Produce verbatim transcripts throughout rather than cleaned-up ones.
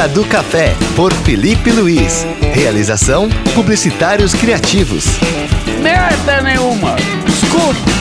Hora do Café, por Felipe Luiz. Realização Publicitários Criativos. Merda nenhuma! Escuta!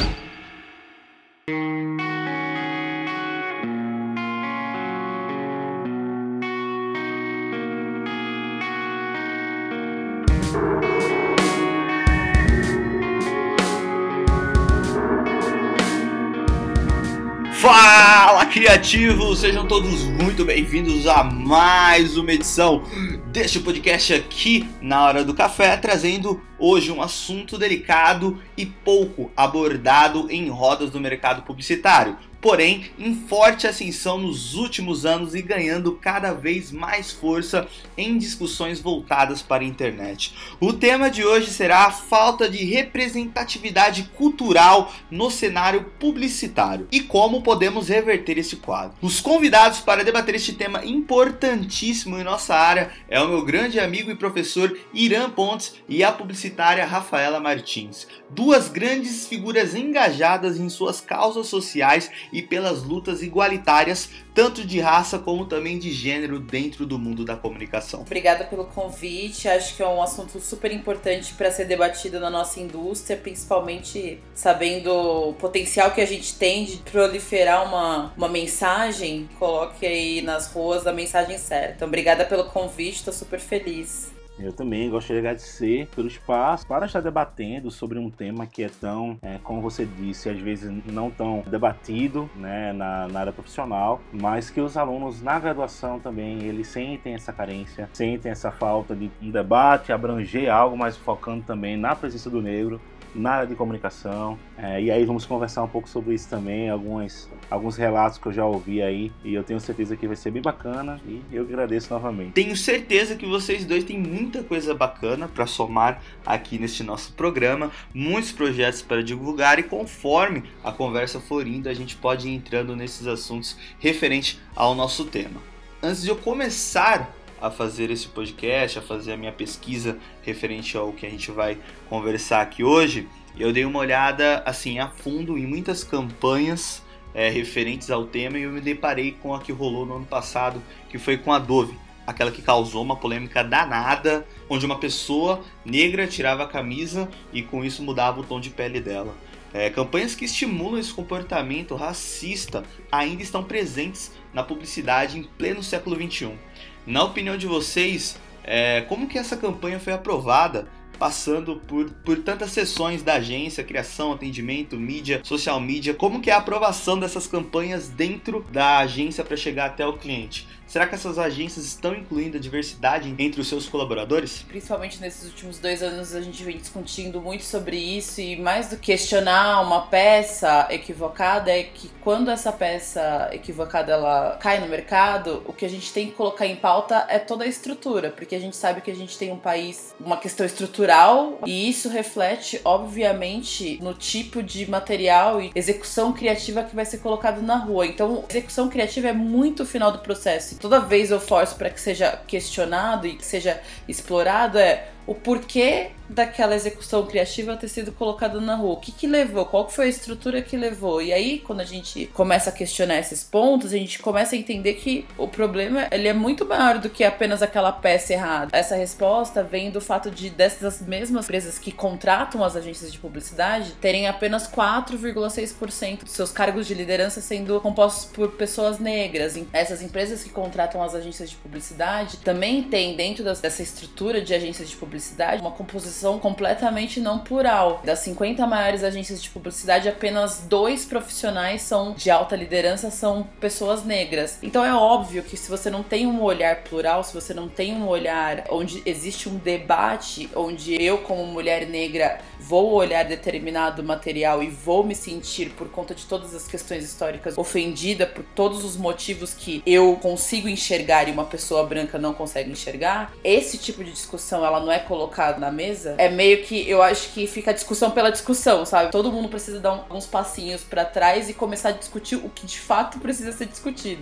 Fala, criativos! Sejam todos muito bem-vindos a mais uma edição deste podcast aqui na Hora do Café, trazendo hoje um assunto delicado e pouco abordado em rodas do mercado publicitário, porém em forte ascensão nos últimos anos e ganhando cada vez mais força em discussões voltadas para a internet. O tema de hoje será a falta de representatividade cultural no cenário publicitário e como podemos reverter esse quadro. Os convidados para debater este tema importantíssimo em nossa área é o meu grande amigo e professor Irã Pontes e a publicitária Rafaela Martins, duas grandes figuras engajadas em suas causas sociais e pelas lutas igualitárias, tanto de raça como também de gênero dentro do mundo da comunicação. Obrigada pelo convite, acho que é um assunto super importante para ser debatido na nossa indústria, principalmente sabendo o potencial que a gente tem de proliferar uma, uma mensagem, coloque aí nas ruas a mensagem certa. Então, obrigada pelo convite, estou super feliz. Eu também gostaria de agradecer pelo espaço para estar debatendo sobre um tema que é tão, é, como você disse, às vezes não tão debatido, né, na, na área profissional, mas que os alunos na graduação também, eles sentem essa carência, sentem essa falta de um debate, abranger algo, mas focando também na presença do negro na área de comunicação, é, e aí vamos conversar um pouco sobre isso também, alguns, alguns relatos que eu já ouvi aí, e eu tenho certeza que vai ser bem bacana, e eu agradeço novamente. Tenho certeza que vocês dois têm muita coisa bacana para somar aqui neste nosso programa, muitos projetos para divulgar, e conforme a conversa for indo, a gente pode ir entrando nesses assuntos referente ao nosso tema. Antes de eu começar a fazer esse podcast, a fazer a minha pesquisa referente ao que a gente vai conversar aqui hoje, eu dei uma olhada assim a fundo em muitas campanhas é, referentes ao tema e eu me deparei com a que rolou no ano passado, que foi com a Dove, aquela que causou uma polêmica danada, onde uma pessoa negra tirava a camisa e com isso mudava o tom de pele dela. É, campanhas que estimulam esse comportamento racista ainda estão presentes na publicidade em pleno século vinte e um. Na opinião de vocês, é, como que essa campanha foi aprovada, passando por, por tantas sessões da agência, criação, atendimento, mídia, social media? Como que é a aprovação dessas campanhas dentro da agência para chegar até o cliente? Será que essas agências estão incluindo a diversidade entre os seus colaboradores? Principalmente nesses últimos dois anos a gente vem discutindo muito sobre isso, e mais do que questionar uma peça equivocada é que quando essa peça equivocada ela cai no mercado, o que a gente tem que colocar em pauta é toda a estrutura, porque a gente sabe que a gente tem um país, uma questão estrutural, e isso reflete obviamente no tipo de material e execução criativa que vai ser colocado na rua. Então, execução criativa é muito o final do processo. Toda vez eu forço para que seja questionado e que seja explorado é o porquê daquela execução criativa ter sido colocada na rua. O que que levou? Qual foi a estrutura que levou? E aí, quando a gente começa a questionar esses pontos, a gente começa a entender que o problema ele é muito maior do que apenas aquela peça errada. Essa resposta vem do fato de dessas mesmas empresas que contratam as agências de publicidade terem apenas quatro vírgula seis por cento dos seus cargos de liderança sendo compostos por pessoas negras. Essas empresas que contratam as agências de publicidade também têm dentro dessa estrutura de agências de publicidade uma composição completamente não plural. Das cinquenta maiores agências de publicidade, apenas dois profissionais são de alta liderança, são pessoas negras. Então é óbvio que se você não tem um olhar plural, se você não tem um olhar onde existe um debate, onde eu como mulher negra vou olhar determinado material e vou me sentir, por conta de todas as questões históricas, ofendida por todos os motivos que eu consigo enxergar e uma pessoa branca não consegue enxergar, esse tipo de discussão ela não é colocada na mesa, é meio que, eu acho que fica a discussão pela discussão, sabe? Todo mundo precisa dar uns passinhos pra trás e começar a discutir o que de fato precisa ser discutido.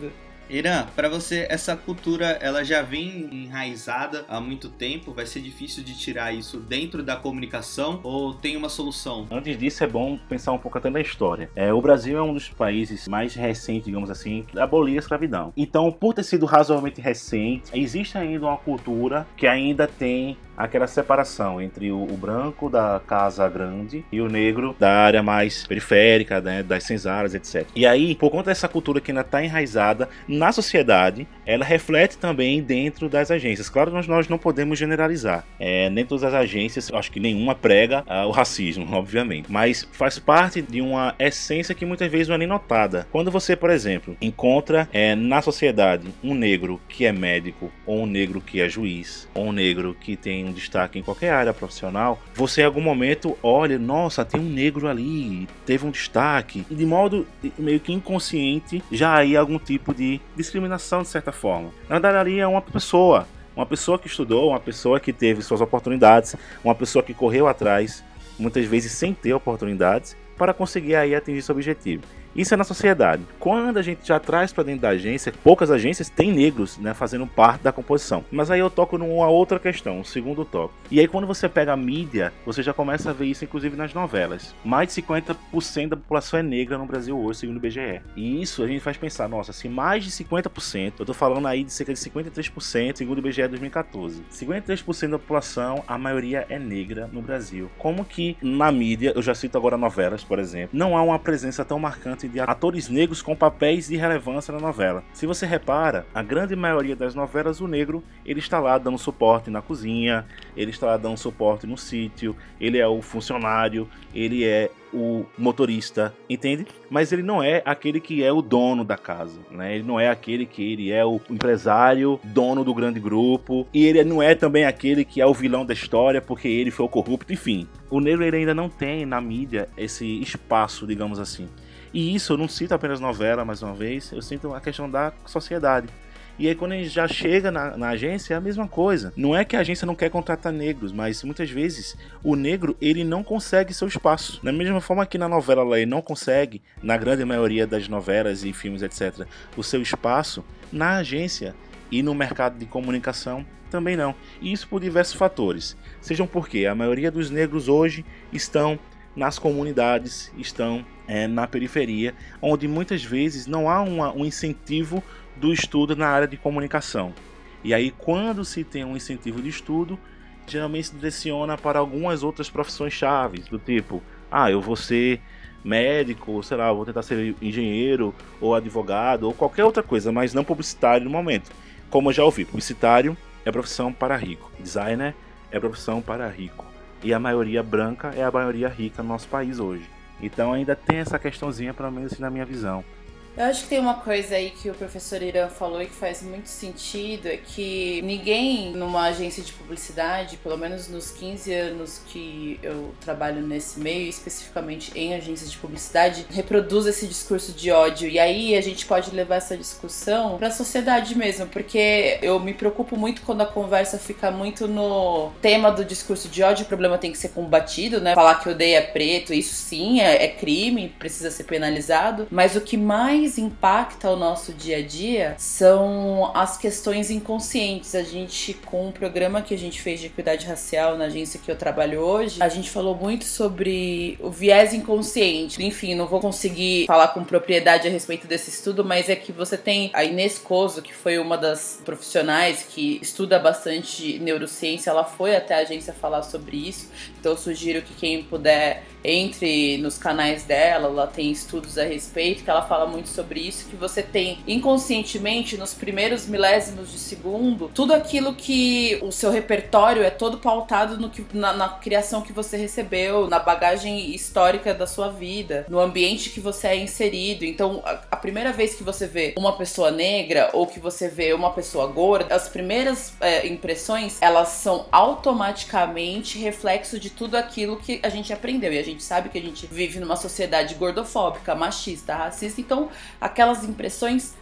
Irã, para você, essa cultura ela já vem enraizada há muito tempo? Vai ser difícil de tirar isso dentro da comunicação ou tem uma solução? Antes disso, é bom pensar um pouco até na história. É, o Brasil é um dos países mais recentes, digamos assim, que aboliu a escravidão. Então, por ter sido razoavelmente recente, existe ainda uma cultura que ainda tem aquela separação entre o, o branco da casa grande e o negro da área mais periférica, né, das senzalas, etcétera. E aí, por conta dessa cultura que ainda está enraizada na sociedade, ela reflete também dentro das agências. Claro, nós, nós não podemos generalizar. É, dentro das agências, eu acho que nenhuma prega uh, o racismo, obviamente. Mas faz parte de uma essência que muitas vezes não é nem notada. Quando você, por exemplo, encontra é, na sociedade um negro que é médico, ou um negro que é juiz, ou um negro que tem um destaque em qualquer área profissional, você em algum momento olha, nossa, tem um negro ali, teve um destaque, e de modo meio que inconsciente já há aí algum tipo de discriminação de certa forma. Na verdade, ali é uma pessoa, uma pessoa que estudou, uma pessoa que teve suas oportunidades, uma pessoa que correu atrás, muitas vezes sem ter oportunidades, para conseguir aí atingir seu objetivo. Isso é na sociedade. Quando a gente já traz para dentro da agência, poucas agências têm negros, né, fazendo parte da composição. Mas aí eu toco numa outra questão, um segundo toque. E aí quando você pega a mídia, você já começa a ver isso inclusive nas novelas. Mais de cinquenta por cento da população é negra no Brasil hoje, segundo o I B G E. E isso a gente faz pensar, nossa, se mais de cinquenta por cento, eu tô falando aí de cerca de cinquenta e três por cento, segundo o I B G E de dois mil e quatorze. cinquenta e três por cento da população, a maioria é negra no Brasil. Como que na mídia, eu já cito agora novelas, por exemplo, não há uma presença tão marcante de atores negros com papéis de relevância na novela. Se você repara, a grande maioria das novelas, o negro, ele está lá dando suporte na cozinha, ele está lá dando suporte no sítio, ele é o funcionário, ele é o motorista, entende? Mas ele não é aquele que é o dono da casa, né? Ele não é aquele que ele é o empresário, dono do grande grupo, e ele não é também aquele que é o vilão da história porque ele foi o corrupto, enfim. O negro ele ainda não tem na mídia esse espaço, digamos assim. E isso eu não cito apenas novela, mais uma vez, eu sinto a questão da sociedade. E aí quando a gente já chega na, na agência é a mesma coisa. Não é que a agência não quer contratar negros, mas muitas vezes o negro ele não consegue seu espaço. Da mesma forma que na novela lá, ele não consegue, na grande maioria das novelas e filmes, etcétera, o seu espaço, na agência e no mercado de comunicação também não. E isso por diversos fatores. Sejam porque a maioria dos negros hoje estão nas comunidades, estão é, na periferia, onde muitas vezes não há uma, um incentivo do estudo na área de comunicação. E aí quando se tem um incentivo de estudo, geralmente se direciona para algumas outras profissões chaves, do tipo, ah, eu vou ser médico, sei lá, eu vou tentar ser engenheiro, ou advogado, ou qualquer outra coisa, mas não publicitário no momento. Como eu já ouvi, publicitário é profissão para rico, designer é profissão para rico. E a maioria branca é a maioria rica no nosso país hoje. Então ainda tem essa questãozinha, pelo menos assim, na minha visão. Eu acho que tem uma coisa aí que o professor Irã falou e que faz muito sentido, é que ninguém numa agência de publicidade, pelo menos nos quinze anos que eu trabalho nesse meio, especificamente em agências de publicidade, reproduz esse discurso de ódio. E aí a gente pode levar essa discussão pra sociedade mesmo, porque eu me preocupo muito quando a conversa fica muito no tema do discurso de ódio. O problema tem que ser combatido, né? Falar que odeia preto, isso sim é, é crime, precisa ser penalizado, mas o que mais impacta o nosso dia a dia são as questões inconscientes. A gente, com um programa que a gente fez de equidade racial na agência que eu trabalho hoje, a gente falou muito sobre o viés inconsciente. Enfim, não vou conseguir falar com propriedade a respeito desse estudo, mas é que você tem a Inês Coso, que foi uma das profissionais que estuda bastante neurociência, ela foi até a agência falar sobre isso, então eu sugiro que quem puder entre nos canais dela, ela tem estudos a respeito, que ela fala muito sobre isso, que você tem inconscientemente nos primeiros milésimos de segundo tudo aquilo que o seu repertório é todo pautado no que, na, na criação que você recebeu, na bagagem histórica da sua vida, no ambiente que você é inserido. Então a, a primeira vez que você vê uma pessoa negra ou que você vê uma pessoa gorda, as primeiras é, impressões, elas são automaticamente reflexo de tudo aquilo que a gente aprendeu. E a gente sabe que a gente vive numa sociedade gordofóbica, machista, racista, então aquelas impressões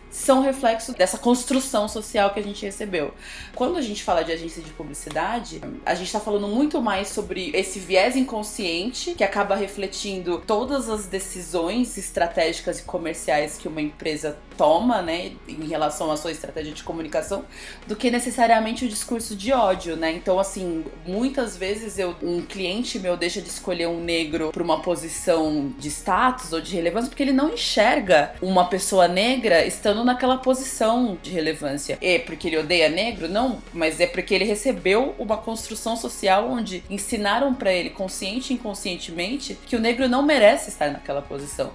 são reflexo dessa construção social que a gente recebeu. Quando a gente fala de agência de publicidade, a gente está falando muito mais sobre esse viés inconsciente que acaba refletindo todas as decisões estratégicas e comerciais que uma empresa toma, né, em relação à sua estratégia de comunicação, do que necessariamente o discurso de ódio, né? Então, assim, muitas vezes eu, um cliente meu deixa de escolher um negro para uma posição de status ou de relevância porque ele não enxerga uma pessoa negra estando naquela posição de relevância. É porque ele odeia negro? Não, mas é porque ele recebeu uma construção social onde ensinaram para ele, consciente e inconscientemente, que o negro não merece estar naquela posição.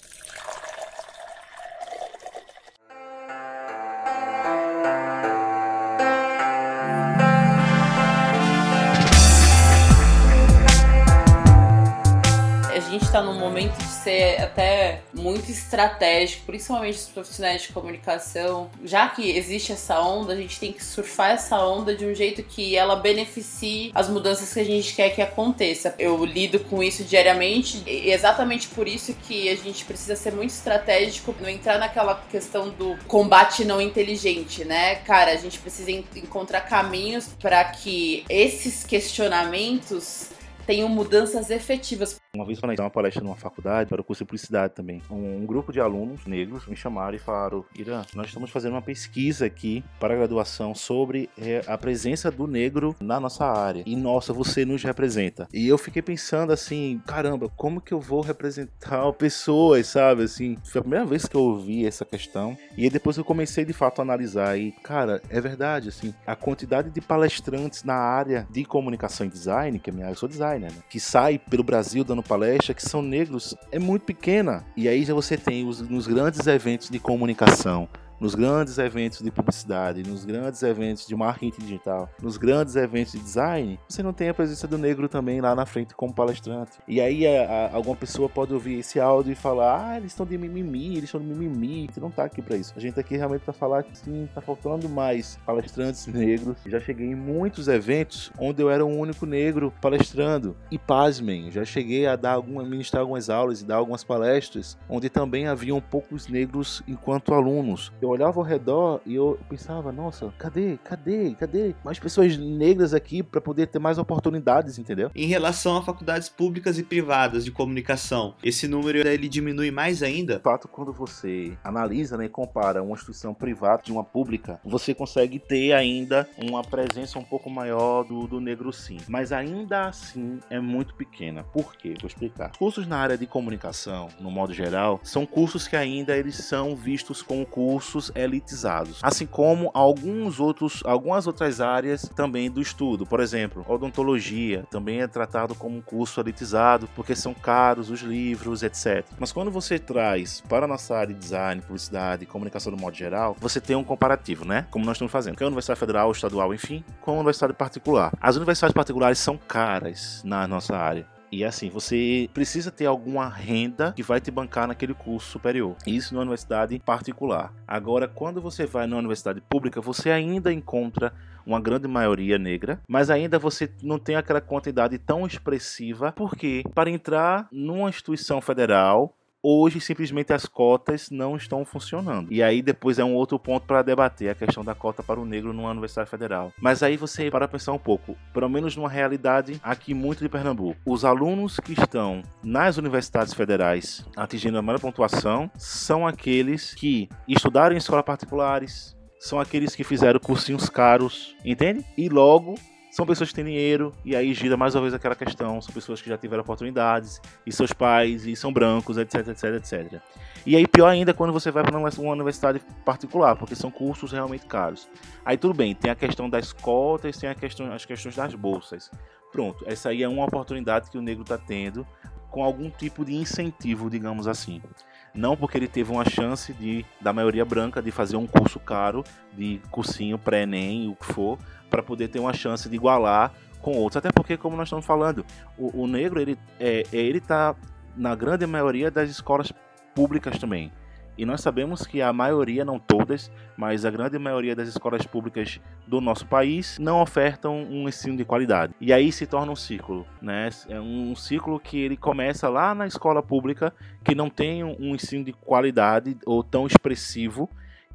A gente está num momento de ser até muito estratégico, principalmente os profissionais de comunicação. Já que existe essa onda, a gente tem que surfar essa onda de um jeito que ela beneficie as mudanças que a gente quer que aconteça. Eu lido com isso diariamente e exatamente por isso que a gente precisa ser muito estratégico, não entrar naquela questão do combate não inteligente, né? Cara, a gente precisa encontrar caminhos para que esses questionamentos tenham mudanças efetivas. Uma vez eu fiz uma palestra numa faculdade para o curso de publicidade também. Um, um grupo de alunos negros me chamaram e falaram: Irã, nós estamos fazendo uma pesquisa aqui para a graduação sobre é, a presença do negro na nossa área. E nossa, você nos representa. E eu fiquei pensando assim, caramba, como que eu vou representar pessoas, sabe? Assim, foi a primeira vez que eu ouvi essa questão. E aí depois eu comecei de fato a analisar. E, cara, é verdade, assim, a quantidade de palestrantes na área de comunicação e design, que é minha área, eu sou designer, né? Que sai pelo Brasil dando palestra, que são negros, é muito pequena. E aí já você tem os, nos grandes eventos de comunicação, nos grandes eventos de publicidade, nos grandes eventos de marketing digital, nos grandes eventos de design, você não tem a presença do negro também lá na frente como palestrante. E aí a, a, alguma pessoa pode ouvir esse áudio e falar: ah, eles estão de mimimi, eles estão de mimimi. Você não tá aqui pra isso. A gente tá aqui realmente pra falar que sim, tá faltando mais palestrantes negros. Já cheguei em muitos eventos onde eu era o único negro palestrando. E pasmem, já cheguei a dar alguma, ministrar algumas aulas e dar algumas palestras onde também haviam poucos negros enquanto alunos. Eu olhava ao redor e eu pensava: nossa, cadê, cadê, cadê mais pessoas negras aqui para poder ter mais oportunidades, entendeu? Em relação a faculdades públicas e privadas de comunicação, esse número ele diminui mais ainda? De fato, quando você analisa, né, e compara uma instituição privada de uma pública, você consegue ter ainda uma presença um pouco maior do, do negro, sim. Mas ainda assim é muito pequena. Por quê? Vou explicar. Cursos na área de comunicação, no modo geral, são cursos que ainda eles são vistos como cursos elitizados, assim como alguns outros, algumas outras áreas também do estudo. Por exemplo, odontologia também é tratado como um curso elitizado porque são caros os livros, etcétera. Mas quando você traz para a nossa área de design, publicidade e comunicação do modo geral, você tem um comparativo, né? Como nós estamos fazendo, que é a universidade federal, estadual, enfim, com a universidade particular. As universidades particulares são caras na nossa área. E assim, você precisa ter alguma renda que vai te bancar naquele curso superior. Isso na universidade particular. Agora, quando você vai na universidade pública, você ainda encontra uma grande maioria negra, mas ainda você não tem aquela quantidade tão expressiva, porque para entrar numa instituição federal, hoje simplesmente as cotas não estão funcionando. E aí depois é um outro ponto para debater, a questão da cota para o negro numa universidade federal. Mas aí você para pensar um pouco, pelo menos numa realidade aqui muito de Pernambuco. Os alunos que estão nas universidades federais atingindo a maior pontuação são aqueles que estudaram em escolas particulares, são aqueles que fizeram cursinhos caros, entende? E logo são pessoas que têm dinheiro, e aí gira mais uma vez aquela questão, são pessoas que já tiveram oportunidades, e seus pais, e são brancos, etc, etc, etcétera. E aí pior ainda quando você vai para uma universidade particular, porque são cursos realmente caros. Aí tudo bem, tem a questão das cotas, tem a questão, as questões das bolsas. Pronto, essa aí é uma oportunidade que o negro está tendo, com algum tipo de incentivo, digamos assim. Não porque ele teve uma chance de, da maioria branca de fazer um curso caro, de cursinho pré-ENEM, o que for, para poder ter uma chance de igualar com outros. Até porque, como nós estamos falando, o, o negro ele é, ele está na grande maioria das escolas públicas também. E nós sabemos que a maioria, não todas, mas a grande maioria das escolas públicas do nosso país não ofertam um ensino de qualidade. E aí se torna um ciclo, né? É um ciclo que ele começa lá na escola pública, que não tem um ensino de qualidade ou tão expressivo,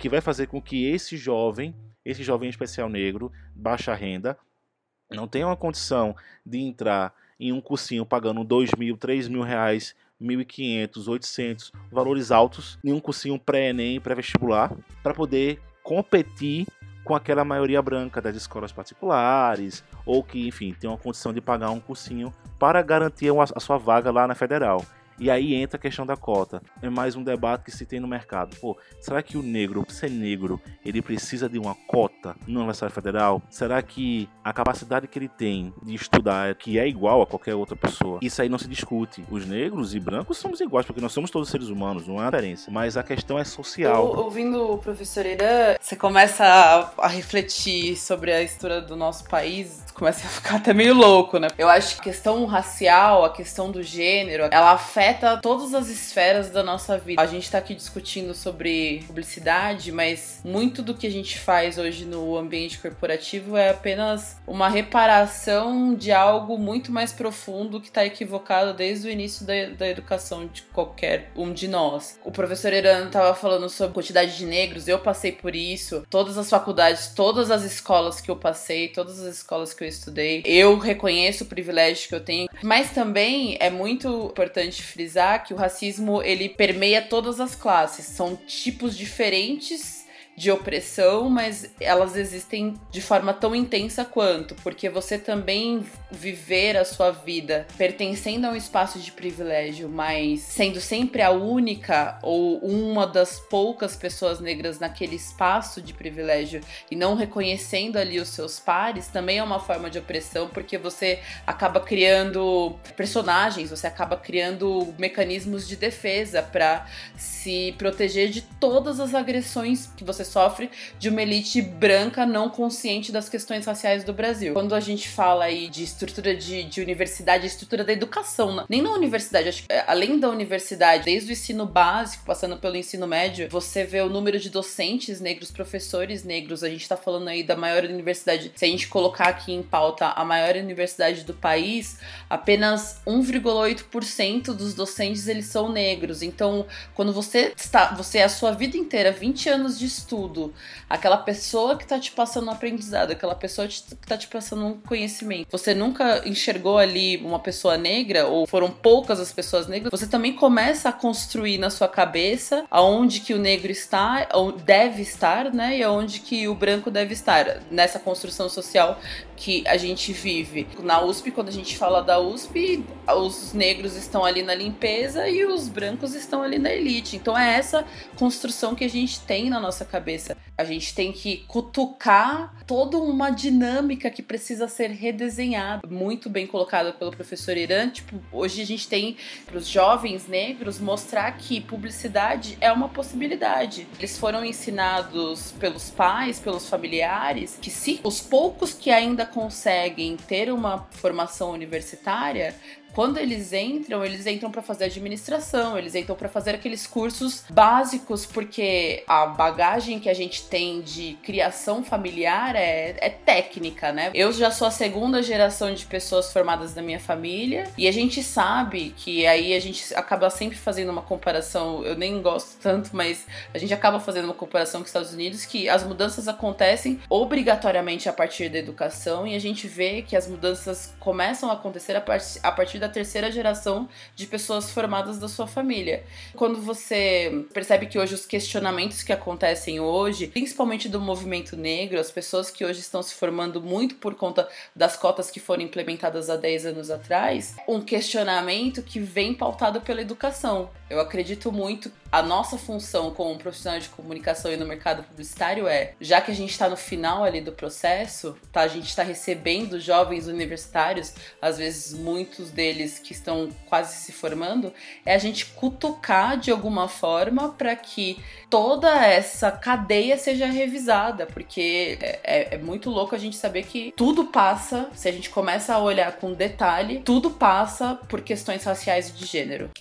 que vai fazer com que esse jovem, esse jovem especial negro, baixa renda, não tenha uma condição de entrar em um cursinho pagando dois mil, três mil reais, mil e quinhentos, oitocentos, valores altos, em um cursinho pré-ENEM, pré-vestibular, para poder competir com aquela maioria branca das escolas particulares, ou que, enfim, tem uma condição de pagar um cursinho para garantir a sua vaga lá na federal. E aí entra a questão da cota. É mais um debate que se tem no mercado. Pô, será que o negro, por ser negro, ele precisa de uma cota na Universidade Federal? Será que a capacidade que ele tem de estudar, que é igual a qualquer outra pessoa, isso aí não se discute. Os negros e brancos somos iguais, porque nós somos todos seres humanos, não há diferença. Mas a questão é social. Eu, ouvindo o professor Irã, você começa a, a refletir sobre a história do nosso país, começa a ficar até meio louco, né? Eu acho que a questão racial, a questão do gênero, ela afeta todas as esferas da nossa vida. A gente tá aqui discutindo sobre publicidade, mas muito do que a gente faz hoje no ambiente corporativo é apenas uma reparação de algo muito mais profundo que tá equivocado desde o início da, da educação de qualquer um de nós. O professor Irã tava falando sobre quantidade de negros, eu passei por isso, todas as faculdades, todas as escolas que eu passei, todas as escolas que eu estudei, eu reconheço o privilégio que eu tenho, mas também é muito importante frisar que o racismo, ele permeia todas as classes, são tipos diferentes de opressão, mas elas existem de forma tão intensa quanto, porque você também viver a sua vida pertencendo a um espaço de privilégio, mas sendo sempre a única ou uma das poucas pessoas negras naquele espaço de privilégio e não reconhecendo ali os seus pares, também é uma forma de opressão, porque você acaba criando personagens, você acaba criando mecanismos de defesa para se proteger de todas as agressões que você sofre de uma elite branca não consciente das questões raciais do Brasil. Quando a gente fala aí de estrutura de, de universidade, estrutura da educação, nem na universidade, acho que além da universidade, desde o ensino básico, passando pelo ensino médio, você vê o número de docentes negros, professores negros, a gente tá falando aí da maior universidade, se a gente colocar aqui em pauta a maior universidade do país, apenas um vírgula oito por cento dos docentes eles são negros. Então, quando você está, você a sua vida inteira, vinte anos de estudo, aquela pessoa que tá te passando um aprendizado, aquela pessoa que tá te passando um conhecimento, você nunca enxergou ali uma pessoa negra, ou foram poucas as pessoas negras, você também começa a construir na sua cabeça aonde que o negro está, deve estar, né, e aonde que o branco deve estar, nessa construção social que a gente vive. Na U S P, quando a gente fala da U S P, os negros estão ali na limpeza e os brancos estão ali na elite. Então é essa construção que a gente tem na nossa cabeça. A gente tem que cutucar toda uma dinâmica que precisa ser redesenhada. Muito bem colocado pelo professor Irã. Tipo, hoje a gente tem para os jovens negros mostrar que publicidade é uma possibilidade. Eles foram ensinados pelos pais, pelos familiares, que se os poucos que ainda conseguem ter uma formação universitária, quando eles entram, eles entram para fazer administração, eles entram para fazer aqueles cursos básicos, porque a bagagem que a gente tem de criação familiar é, é técnica, né? Eu já sou a segunda geração de pessoas formadas da minha família, e a gente sabe que aí a gente acaba sempre fazendo uma comparação, eu nem gosto tanto, mas a gente acaba fazendo uma comparação com os Estados Unidos, que as mudanças acontecem obrigatoriamente a partir da educação, e a gente vê que as mudanças começam a acontecer a, part- a partir da terceira geração de pessoas formadas da sua família. Quando você percebe que hoje os questionamentos que acontecem hoje, principalmente do movimento negro, as pessoas que hoje estão se formando muito por conta das cotas que foram implementadas há dez anos atrás, um questionamento que vem pautado pela educação. Eu acredito muito, a nossa função como profissional de comunicação e no mercado publicitário é, já que a gente está no final ali do processo, tá, a gente está recebendo jovens universitários, às vezes muitos deles que estão quase se formando, é a gente cutucar de alguma forma para que toda essa cadeia seja revisada, porque é, é, é muito louco a gente saber que tudo passa, se a gente começa a olhar com detalhe, tudo passa por questões raciais e de gênero.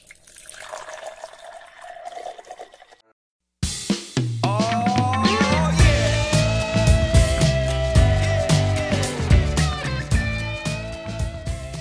E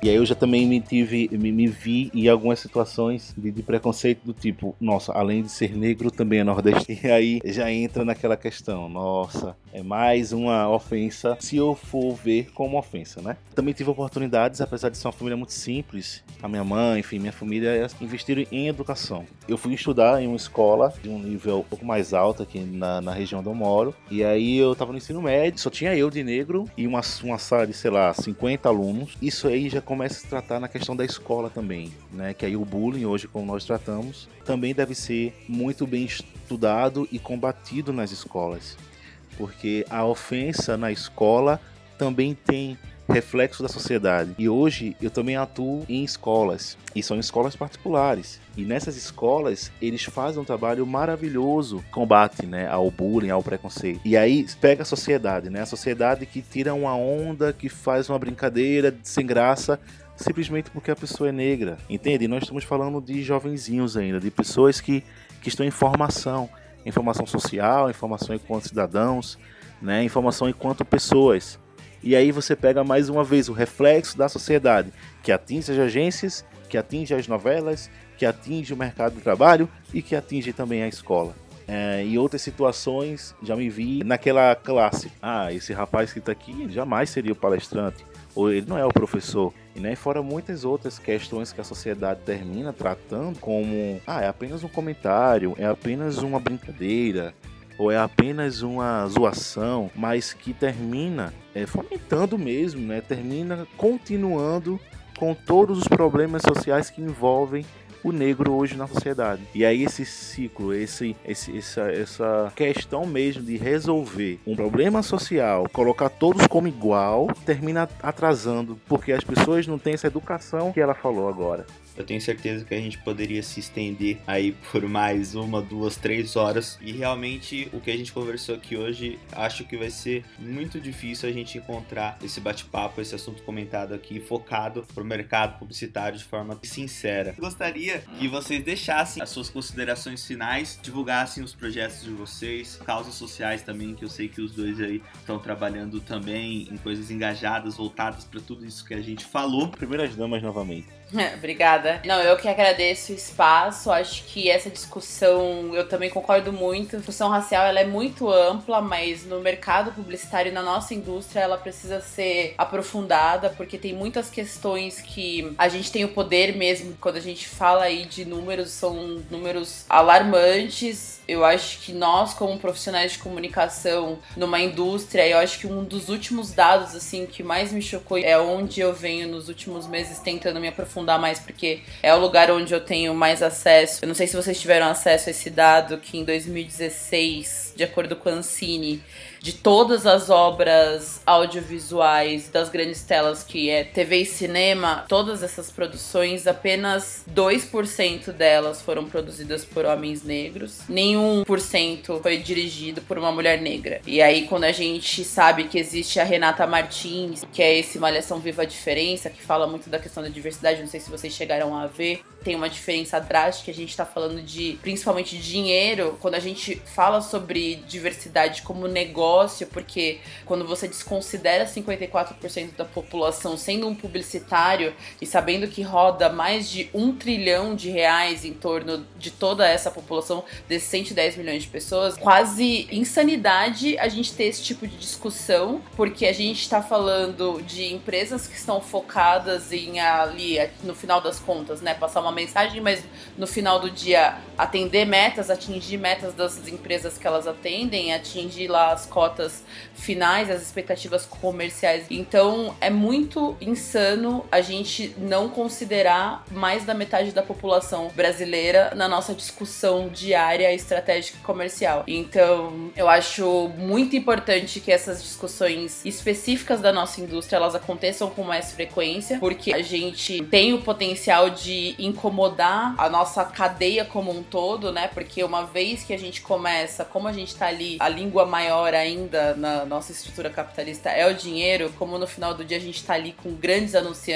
E aí eu já também me tive, me, me vi em algumas situações de, de preconceito do tipo, nossa, além de ser negro, também é nordestino. E aí já entra naquela questão, nossa, é mais uma ofensa, se eu for ver como ofensa, né? Também tive oportunidades, apesar de ser uma família muito simples, a minha mãe, enfim, minha família investiram em educação. Eu fui estudar em uma escola de um nível um pouco mais alto aqui na, na região onde eu moro, e aí eu tava no ensino médio, só tinha eu de negro e uma, uma sala de, sei lá, cinquenta alunos. Isso aí já começa a se tratar na questão da escola também, né? Que aí o bullying, hoje como nós tratamos, também deve ser muito bem estudado e combatido nas escolas, porque a ofensa na escola também tem reflexo da sociedade. E hoje eu também atuo em escolas, e são escolas particulares. E nessas escolas eles fazem um trabalho maravilhoso, combate, né, ao bullying, ao preconceito. E aí pega a sociedade, né, a sociedade que tira uma onda, que faz uma brincadeira sem graça, simplesmente porque a pessoa é negra, entende? E nós estamos falando de jovenzinhos ainda, de pessoas que, que estão em formação, em formação social, em formação enquanto cidadãos, né, em formação enquanto pessoas. E aí você pega mais uma vez o reflexo da sociedade, que atinge as agências, que atinge as novelas, que atinge o mercado de trabalho e que atinge também a escola. É, em outras situações, já me vi naquela classe. Ah, esse rapaz que está aqui jamais seria o palestrante, ou ele não é o professor. E né, fora muitas outras questões que a sociedade termina tratando como, ah, é apenas um comentário, é apenas uma brincadeira, ou é apenas uma zoação, mas que termina é, fomentando mesmo, né? Termina continuando com todos os problemas sociais que envolvem o negro hoje na sociedade. E aí esse ciclo, esse, esse, essa, essa questão mesmo de resolver um problema social, colocar todos como igual, termina atrasando, porque as pessoas não têm essa educação que ela falou agora. Eu tenho certeza que a gente poderia se estender aí por mais uma, duas, três horas. E realmente o que a gente conversou aqui hoje, acho que vai ser muito difícil a gente encontrar esse bate-papo, esse assunto comentado aqui, focado para o mercado publicitário de forma sincera. Eu gostaria que vocês deixassem as suas considerações finais, divulgassem os projetos de vocês, causas sociais também, que eu sei que os dois aí estão trabalhando também em coisas engajadas, voltadas para tudo isso que a gente falou. Primeiras damas novamente. Obrigada. Não, eu que agradeço o espaço. Acho que essa discussão, eu também concordo muito. A discussão racial, ela é muito ampla, mas no mercado publicitário, na nossa indústria, ela precisa ser aprofundada, porque tem muitas questões que a gente tem o poder mesmo. Quando a gente fala aí de números, são números alarmantes. Eu acho que nós, como profissionais de comunicação numa indústria, eu acho que um dos últimos dados, assim, que mais me chocou é onde eu venho nos últimos meses tentando me aprofundar mais, porque é o lugar onde eu tenho mais acesso. Eu não sei se vocês tiveram acesso a esse dado, que em dois mil e dezesseis, de acordo com a Ancine, de todas as obras audiovisuais das grandes telas, que é T V e cinema, todas essas produções, apenas dois por cento delas foram produzidas por homens negros, nenhum por cento foi dirigido por uma mulher negra. E aí, quando a gente sabe que existe a Renata Martins, que é esse Malhação Viva a Diferença, que fala muito da questão da diversidade, não sei se vocês chegaram a ver, tem uma diferença drástica. A gente tá falando de, principalmente, dinheiro, quando a gente fala sobre diversidade como negócio, porque quando você desconsidera cinquenta e quatro por cento da população sendo um publicitário e sabendo que roda mais de um trilhão de reais em torno de toda essa população, desses cento e dez milhões de pessoas, quase insanidade a gente ter esse tipo de discussão, porque a gente tá falando de empresas que estão focadas em ali, no final das contas, né, passar uma mensagem, mas no final do dia atender metas, atingir metas das empresas que elas atendem, atingir lá as cotas finais, as expectativas comerciais. Então é muito insano a gente não considerar mais da metade da população brasileira na nossa discussão diária, estratégica e comercial. Então eu acho muito importante que essas discussões específicas da nossa indústria, elas aconteçam com mais frequência, porque a gente tem o potencial de incomodar a nossa cadeia como um todo, né? Porque uma vez que a gente começa, como a gente tá ali, a língua maior ainda na nossa estrutura capitalista é o dinheiro, como no final do dia a gente tá ali com grandes anunciantes,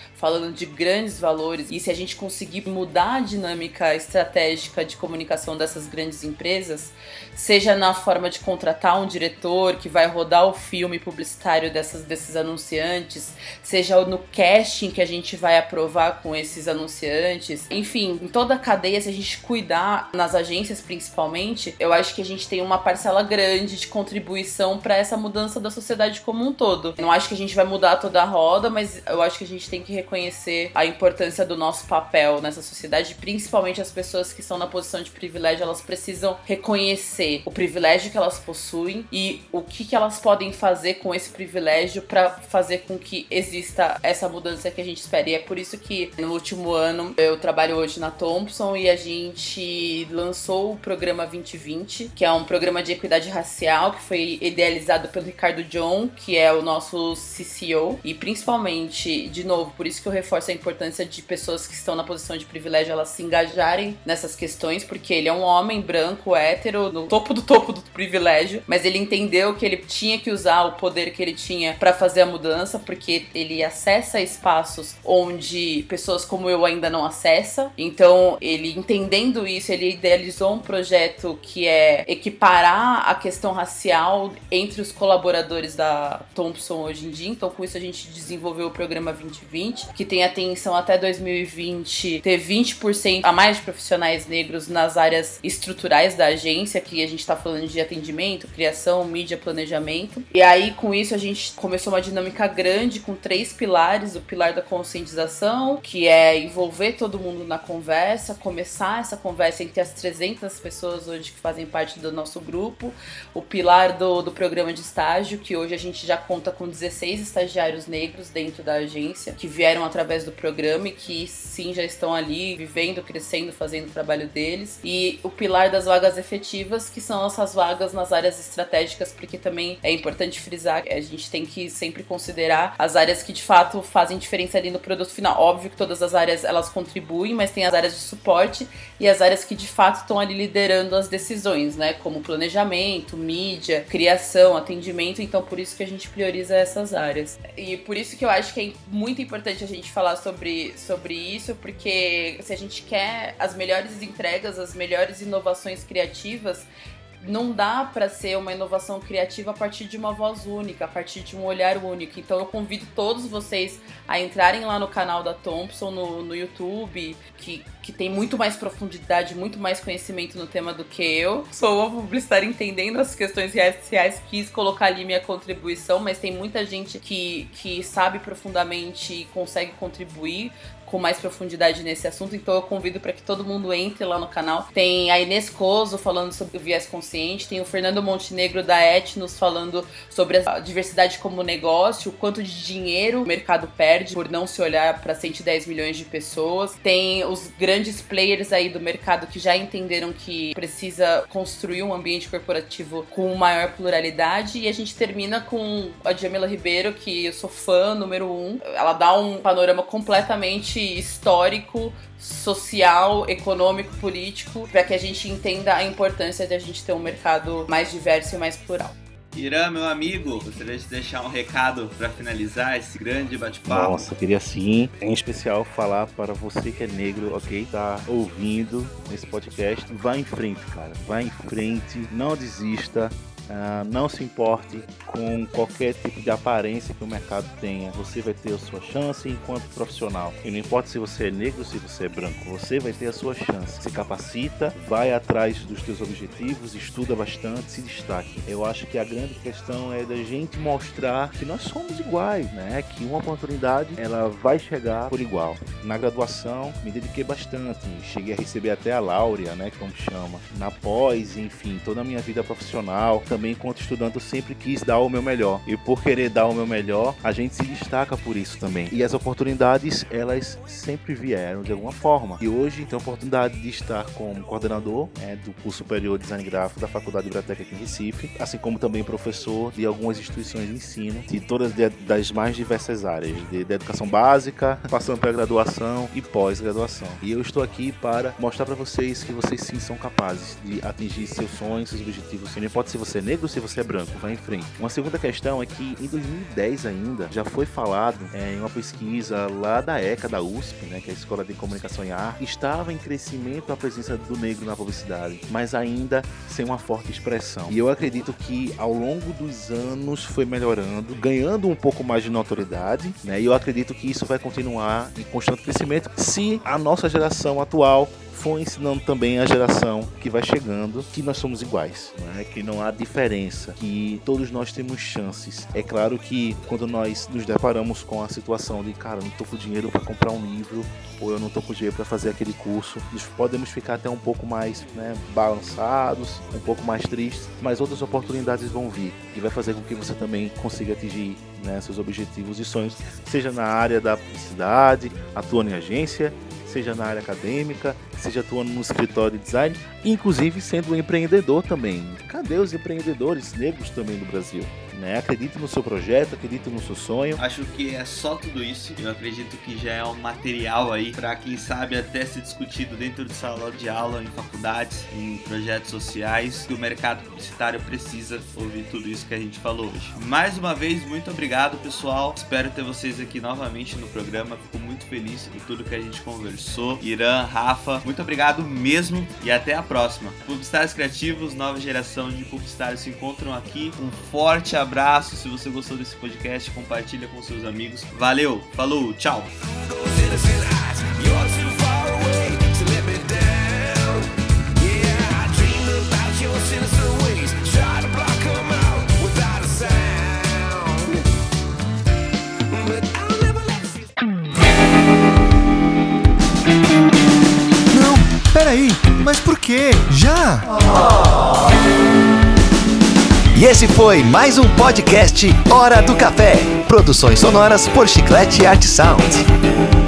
falando de grandes valores, e se a gente conseguir mudar a dinâmica estratégica de comunicação dessas grandes empresas, seja na forma de contratar um diretor que vai rodar o filme publicitário dessas, desses anunciantes, seja no casting que a gente vai aprovar com esses anunciantes, enfim, em toda a cadeia, se a gente cuidar, nas agências principalmente, eu acho que a gente tem uma parcela grande de contribuição para essa mudança da sociedade como um todo. Não acho que a gente vai mudar toda a roda, mas eu acho que a gente tem que reconhecer a importância do nosso papel nessa sociedade, principalmente as pessoas que estão na posição de privilégio, elas precisam reconhecer o privilégio que elas possuem e o que, que elas podem fazer com esse privilégio para fazer com que exista essa mudança que a gente espera. E é por isso que no último ano eu trabalho hoje na Thomson e a gente lançou o programa vinte vinte, que é um programa de equidade racial que foi idealizado pelo Ricardo John, que é o nosso C C O, e principalmente, de novo, por isso que eu reforço a importância de pessoas que estão na posição de privilégio, elas se engajarem nessas questões, porque ele é um homem branco, hétero, no topo do topo do privilégio, mas ele entendeu que ele tinha que usar o poder que ele tinha para fazer a mudança, porque ele acessa espaços onde pessoas como eu ainda não acessam. Então, ele entendendo isso, ele idealizou um projeto que é equiparar a questão racial entre os colaboradores da Thomson hoje em dia. Então, com isso a gente desenvolveu o programa vinte vinte, que tem atenção até dois mil e vinte ter vinte por cento a mais de profissionais negros nas áreas estruturais da agência, que a gente está falando de atendimento, criação, mídia, planejamento. E aí, com isso, a gente começou uma dinâmica grande com três pilares. O pilar da conscientização, que é envolver todo mundo na conversa, começar essa conversa entre as trezentas pessoas hoje que fazem parte do nosso grupo. O pilar do, do programa de estágio, que hoje a gente já conta com dezesseis estagiários negros dentro da agência, que vieram através do programa e que sim, já estão ali vivendo, crescendo, fazendo o trabalho deles. E o pilar das vagas efetivas, que são essas vagas nas áreas estratégicas, porque também é importante frisar que a gente tem que sempre considerar as áreas que de fato fazem diferença ali no produto final. Óbvio que todas as áreas elas contribuem, mas tem as áreas de suporte e as áreas que de fato estão ali liderando as decisões, né? Como planejamento, mídia, criação, atendimento. Então por isso que a gente prioriza essas áreas. E por isso que eu acho que é muito importante a gente falar sobre, sobre isso, porque se a gente quer as melhores entregas, as melhores inovações criativas, não dá para ser uma inovação criativa a partir de uma voz única, a partir de um olhar único. Então eu convido todos vocês a entrarem lá no canal da Thomson, no, no YouTube, que, que tem muito mais profundidade, muito mais conhecimento no tema do que eu. Sou uma publicitária entendendo as questões raciais, quis colocar ali minha contribuição, mas tem muita gente que, que sabe profundamente e consegue contribuir com mais profundidade nesse assunto, então eu convido para que todo mundo entre lá no canal. Tem a Inês Coso falando sobre o viés consciente, tem o Fernando Montenegro da Etnos falando sobre a diversidade como negócio, o quanto de dinheiro o mercado perde por não se olhar para cento e dez milhões de pessoas. Tem os grandes players aí do mercado que já entenderam que precisa construir um ambiente corporativo com maior pluralidade, e a gente termina com a Djamila Ribeiro, que eu sou fã número um. Ela dá um panorama completamente histórico, social, econômico, político, para que a gente entenda a importância de a gente ter um mercado mais diverso e mais plural. Irã, meu amigo, gostaria de deixar um recado para finalizar esse grande bate-papo. Nossa, eu queria sim, em especial, falar para você que é negro, ok? Tá ouvindo esse podcast, vá em frente, cara, vá em frente, não desista. Uh, não se importe com qualquer tipo de aparência que o mercado tenha. Você vai ter a sua chance enquanto profissional. E não importa se você é negro ou se você é branco, você vai ter a sua chance. Se capacita, vai atrás dos teus objetivos, estuda bastante, se destaque. Eu acho que a grande questão é da gente mostrar que nós somos iguais, né? Que uma oportunidade ela vai chegar por igual. Na graduação, me dediquei bastante. Cheguei a receber até a Láurea, né? Como chama. Na pós, enfim, toda a minha vida profissional. Também, enquanto estudante, eu sempre quis dar o meu melhor. E por querer dar o meu melhor, a gente se destaca por isso também. E as oportunidades, elas sempre vieram de alguma forma. E hoje, tenho a oportunidade de estar como coordenador é, do curso superior de Design Gráfico da Faculdade de Biblioteca aqui em Recife, assim como também professor de algumas instituições de ensino, de todas das mais diversas áreas, de, de educação básica, passando pela graduação e pós-graduação. E eu estou aqui para mostrar para vocês que vocês sim são capazes de atingir seus sonhos, seus objetivos. Não importa se você é negro ou se você é branco, vai em frente. Uma segunda questão é que em dois mil e dez ainda já foi falado é, em uma pesquisa lá da ECA, da U S P, né, que é a Escola de Comunicação e Arte, estava em crescimento a presença do negro na publicidade, mas ainda sem uma forte expressão. E eu acredito que ao longo dos anos foi melhorando, ganhando um pouco mais de notoriedade, né, e eu acredito que isso vai continuar em constante crescimento se a nossa geração atual for ensinando também a geração que vai chegando que nós somos iguais, né? Que não há diferença, que todos nós temos chances. É claro que quando nós nos deparamos com a situação de, cara, não tô com dinheiro para comprar um livro, ou eu não tô com dinheiro para fazer aquele curso, nós podemos ficar até um pouco mais, né, balançados, um pouco mais tristes, mas outras oportunidades vão vir e vai fazer com que você também consiga atingir, né, seus objetivos e sonhos, seja na área da publicidade, atuando em agência, seja na área acadêmica, seja atuando no escritório de design, inclusive sendo um empreendedor também. Cadê os empreendedores negros também do Brasil? Né? Acredite no seu projeto, acredite no seu sonho. Acho que é só tudo isso. Eu acredito que já é um material aí para quem sabe até ser discutido dentro de sala de aula, em faculdades, em projetos sociais, que o mercado publicitário precisa ouvir tudo isso que a gente falou hoje. Mais uma vez, muito obrigado, pessoal. Espero ter vocês aqui novamente no programa. Fico muito feliz por tudo que a gente conversou. Irã, Rafa, muito obrigado mesmo e até a próxima. Publicitários Criativos, nova geração de publicitários se encontram aqui. Um forte abraço. Abraço, se você gostou desse podcast, compartilha com seus amigos. Valeu, falou, tchau! Não, peraí, mas por quê? Já? Oh. E esse foi mais um podcast Hora do Café. Produções sonoras por Chiclete Art Sound.